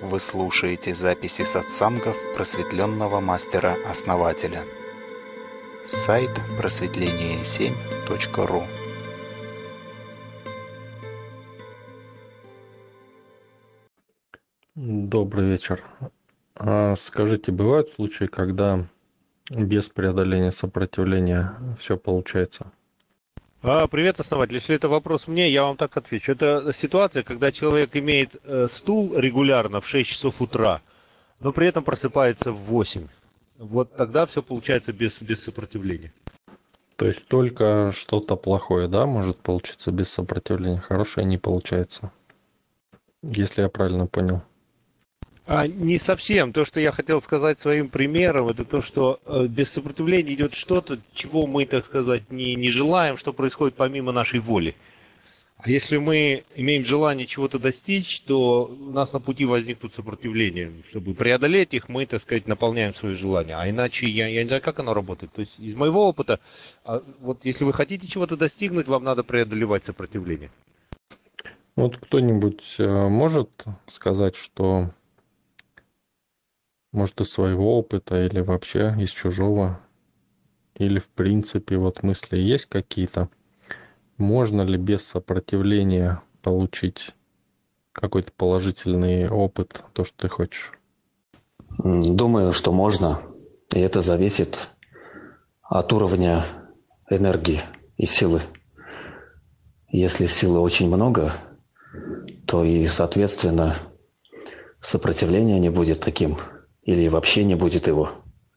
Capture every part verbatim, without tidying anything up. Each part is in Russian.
Вы слушаете записи сатсангов просветленного мастера-основателя. Сайт просветление семь точка ру. Добрый вечер. А скажите, бывают случаи, когда без преодоления сопротивления все получается? А, Привет, основатель. Если это вопрос мне, я вам так отвечу. Это ситуация, когда человек имеет э, стул регулярно в шесть часов утра, но при этом просыпается в восемь. Вот тогда все получается без, без сопротивления. То есть только что-то плохое, да, может получиться без сопротивления, хорошее не получается, если я правильно понял. А не совсем. То, что я хотел сказать своим примером, это то, что э, без сопротивления идет что-то, чего мы, так сказать, не, не желаем, что происходит помимо нашей воли. А если мы имеем желание чего-то достичь, то у нас на пути возникнут сопротивления. Чтобы преодолеть их, мы, так сказать, наполняем свои желания. А иначе я, я не знаю, как оно работает. То есть из моего опыта, вот если вы хотите чего-то достигнуть, вам надо преодолевать сопротивление. Вот кто-нибудь может сказать, что, может, из своего опыта или вообще из чужого, или в принципе вот мысли есть какие-то? Можно ли без сопротивления получить какой-то положительный опыт, то, что ты хочешь? Думаю, что можно. И это зависит от уровня энергии и силы. Если силы очень много, то и, соответственно, сопротивления не будет таким. Или вообще не будет его.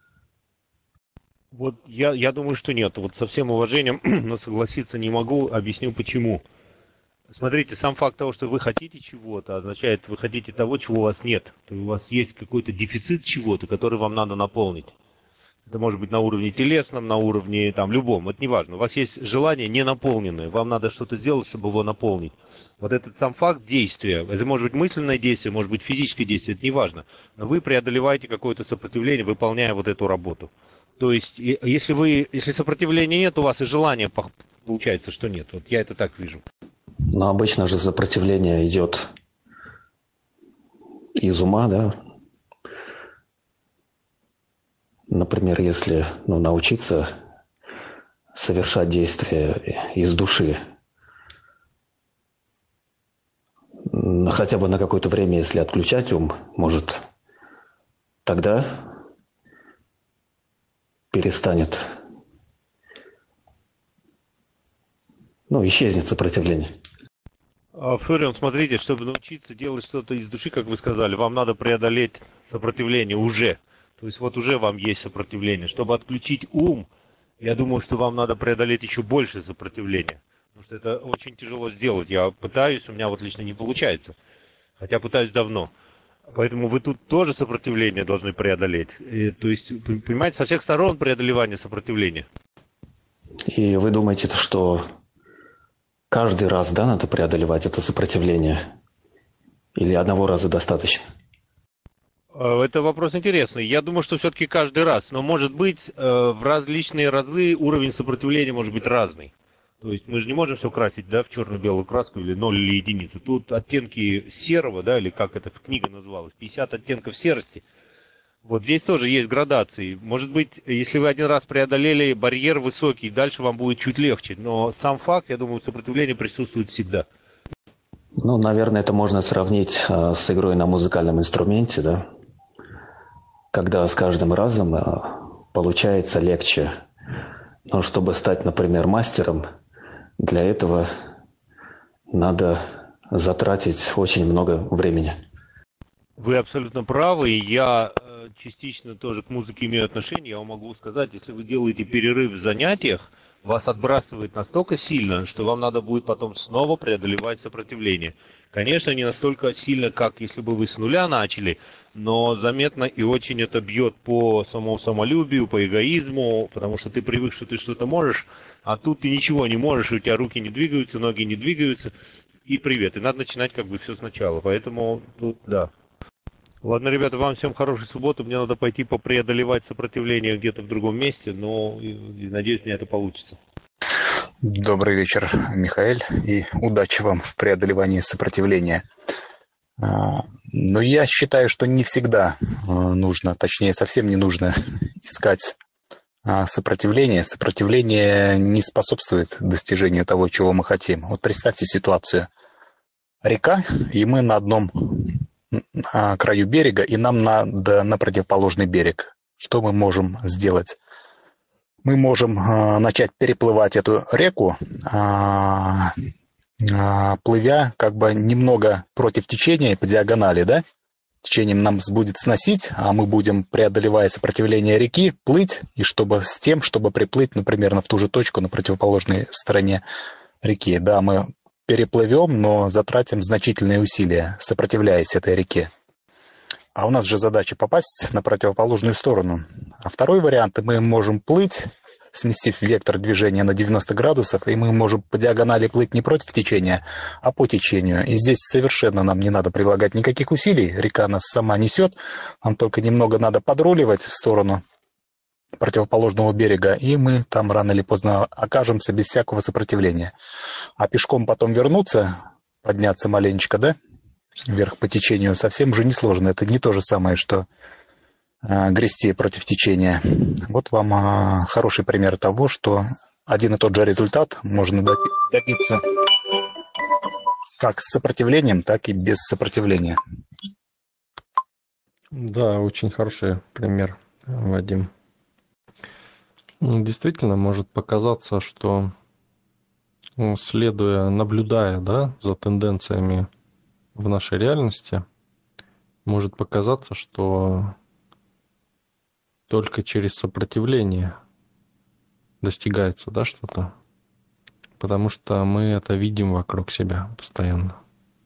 Вот я, я думаю, что нет. Вот со всем уважением, но согласиться не могу. Объясню почему. Смотрите, сам факт того, что вы хотите чего-то, означает, вы хотите того, чего у вас нет. То есть у вас есть какой-то дефицит чего-то, который вам надо наполнить. Это может быть на уровне телесном, на уровне там любом, это не важно. У вас есть желание ненаполненное, вам надо что-то сделать, чтобы его наполнить. Вот этот сам факт действия, это может быть мысленное действие, может быть физическое действие, это не важно. Но вы преодолеваете какое-то сопротивление, выполняя вот эту работу. То есть, если вы, если сопротивления нет, у вас и желания получается, что нет. Вот я это так вижу. Но обычно же сопротивление идет из ума, да? Например, если ну, научиться совершать действия из души, хотя бы на какое-то время, если отключать ум, может, тогда перестанет, ну, исчезнет сопротивление. Флориан, смотрите, чтобы научиться делать что-то из души, как вы сказали, вам надо преодолеть сопротивление уже. То есть вот уже вам есть сопротивление. Чтобы отключить ум, я думаю, что вам надо преодолеть еще больше сопротивления. Потому что это очень тяжело сделать. Я пытаюсь, у меня вот лично не получается. Хотя пытаюсь давно. Поэтому вы тут тоже сопротивление должны преодолеть. И, то есть, понимаете, со всех сторон преодолевание сопротивления. И вы думаете, что каждый раз, да, надо преодолевать это сопротивление? Или одного раза достаточно? Это вопрос интересный. Я думаю, что все-таки каждый раз. Но может быть в различные разы уровень сопротивления может быть разный. То есть мы же не можем все красить, да, в черно-белую краску или ноль или единицу. Тут оттенки серого, да, или как эта книга называлась, пятьдесят оттенков серости. Вот здесь тоже есть градации. Может быть, если вы один раз преодолели барьер высокий, дальше вам будет чуть легче. Но сам факт, я думаю, сопротивление присутствует всегда. Ну, наверное, это можно сравнить а, с игрой на музыкальном инструменте, да? Когда с каждым разом а, получается легче. Но чтобы стать, например, мастером, для этого надо затратить очень много времени. Вы абсолютно правы, и я э, частично тоже к музыке имею отношение. Я вам могу сказать, если вы делаете перерыв в занятиях, вас отбрасывает настолько сильно, что вам надо будет потом снова преодолевать сопротивление. Конечно, не настолько сильно, как если бы вы с нуля начали, но заметно и очень это бьет по самому самолюбию, по эгоизму, потому что ты привык, что ты что-то можешь, а тут ты ничего не можешь, у тебя руки не двигаются, ноги не двигаются, и привет. И надо начинать как бы все сначала. Поэтому тут, да. Ладно, ребята, вам всем хорошей субботы. Мне надо пойти попреодолевать сопротивление где-то в другом месте, но и, и, надеюсь, у меня это получится. Добрый вечер, Михаэль, и удачи вам в преодолевании сопротивления. Но я считаю, что не всегда нужно, точнее, совсем не нужно искать сопротивление. Сопротивление не способствует достижению того, чего мы хотим. Вот представьте ситуацию. Река, и мы на одном краю берега, и нам надо на противоположный берег. Что мы можем сделать? Мы можем начать переплывать эту реку, плывя как бы немного против течения по диагонали, да? Течением нам будет сносить, а мы будем, преодолевая сопротивление реки, плыть, и чтобы с тем, чтобы приплыть, например, в ту же точку на противоположной стороне реки. Да, мы переплывем, но затратим значительные усилия, сопротивляясь этой реке. А у нас же задача попасть на противоположную сторону. А второй вариант, мы можем плыть, сместив вектор движения на девяносто градусов, и мы можем по диагонали плыть не против течения, а по течению. И здесь совершенно нам не надо прилагать никаких усилий, река нас сама несет, нам только немного надо подруливать в сторону противоположного берега, и мы там рано или поздно окажемся без всякого сопротивления. А пешком потом вернуться, подняться маленечко, да, вверх по течению, совсем уже несложно. Это не то же самое, что грести против течения. Вот вам а, хороший пример того, что один и тот же результат можно добиться как с сопротивлением, так и без сопротивления. Да, очень хороший пример, Вадим. Действительно, может показаться, что следуя, наблюдая, да, за тенденциями в нашей реальности, может показаться, что только через сопротивление достигается, да, что-то. Потому что мы это видим вокруг себя постоянно.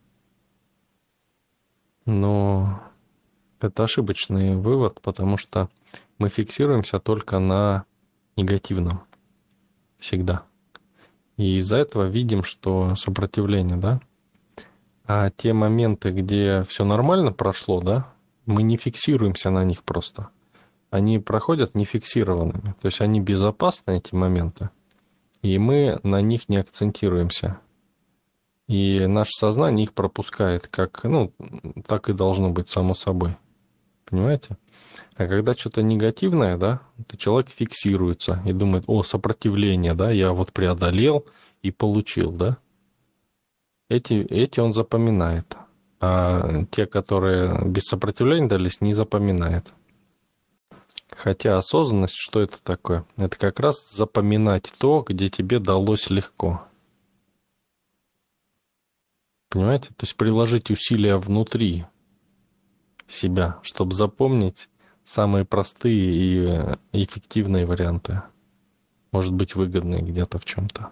Но это ошибочный вывод, потому что мы фиксируемся только на негативном. Всегда. И из-за этого видим, что сопротивление, да. А те моменты, где все нормально прошло, да, мы не фиксируемся на них просто. Они проходят нефиксированными. То есть они безопасны, эти моменты, и мы на них не акцентируемся. И наше сознание их пропускает, как, ну, так и должно быть само собой. Понимаете? А когда что-то негативное, да, то человек фиксируется и думает: о, сопротивление, да, я вот преодолел и получил, да. Эти, эти он запоминает. А те, которые без сопротивления дались, не запоминает. Хотя осознанность, что это такое? Это как раз запоминать то, где тебе далось легко. Понимаете? То есть приложить усилия внутри себя, чтобы запомнить самые простые и эффективные варианты. Может быть, выгодные где-то в чем-то.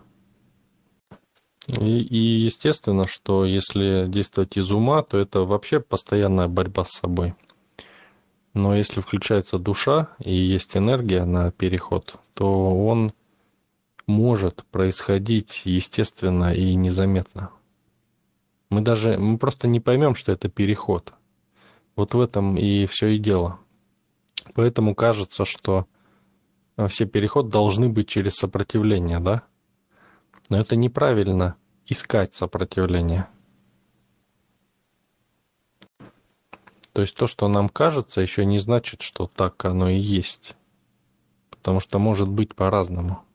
И, и естественно, что если действовать из ума, то это вообще постоянная борьба с собой. Но если включается душа и есть энергия на переход, то он может происходить естественно и незаметно. Мы даже мы просто не поймем, что это переход. Вот в этом и все и дело. Поэтому кажется, что все переходы должны быть через сопротивление, да? Но это неправильно искать сопротивление. То есть то, что нам кажется, еще не значит, что так оно и есть. Потому что может быть по-разному.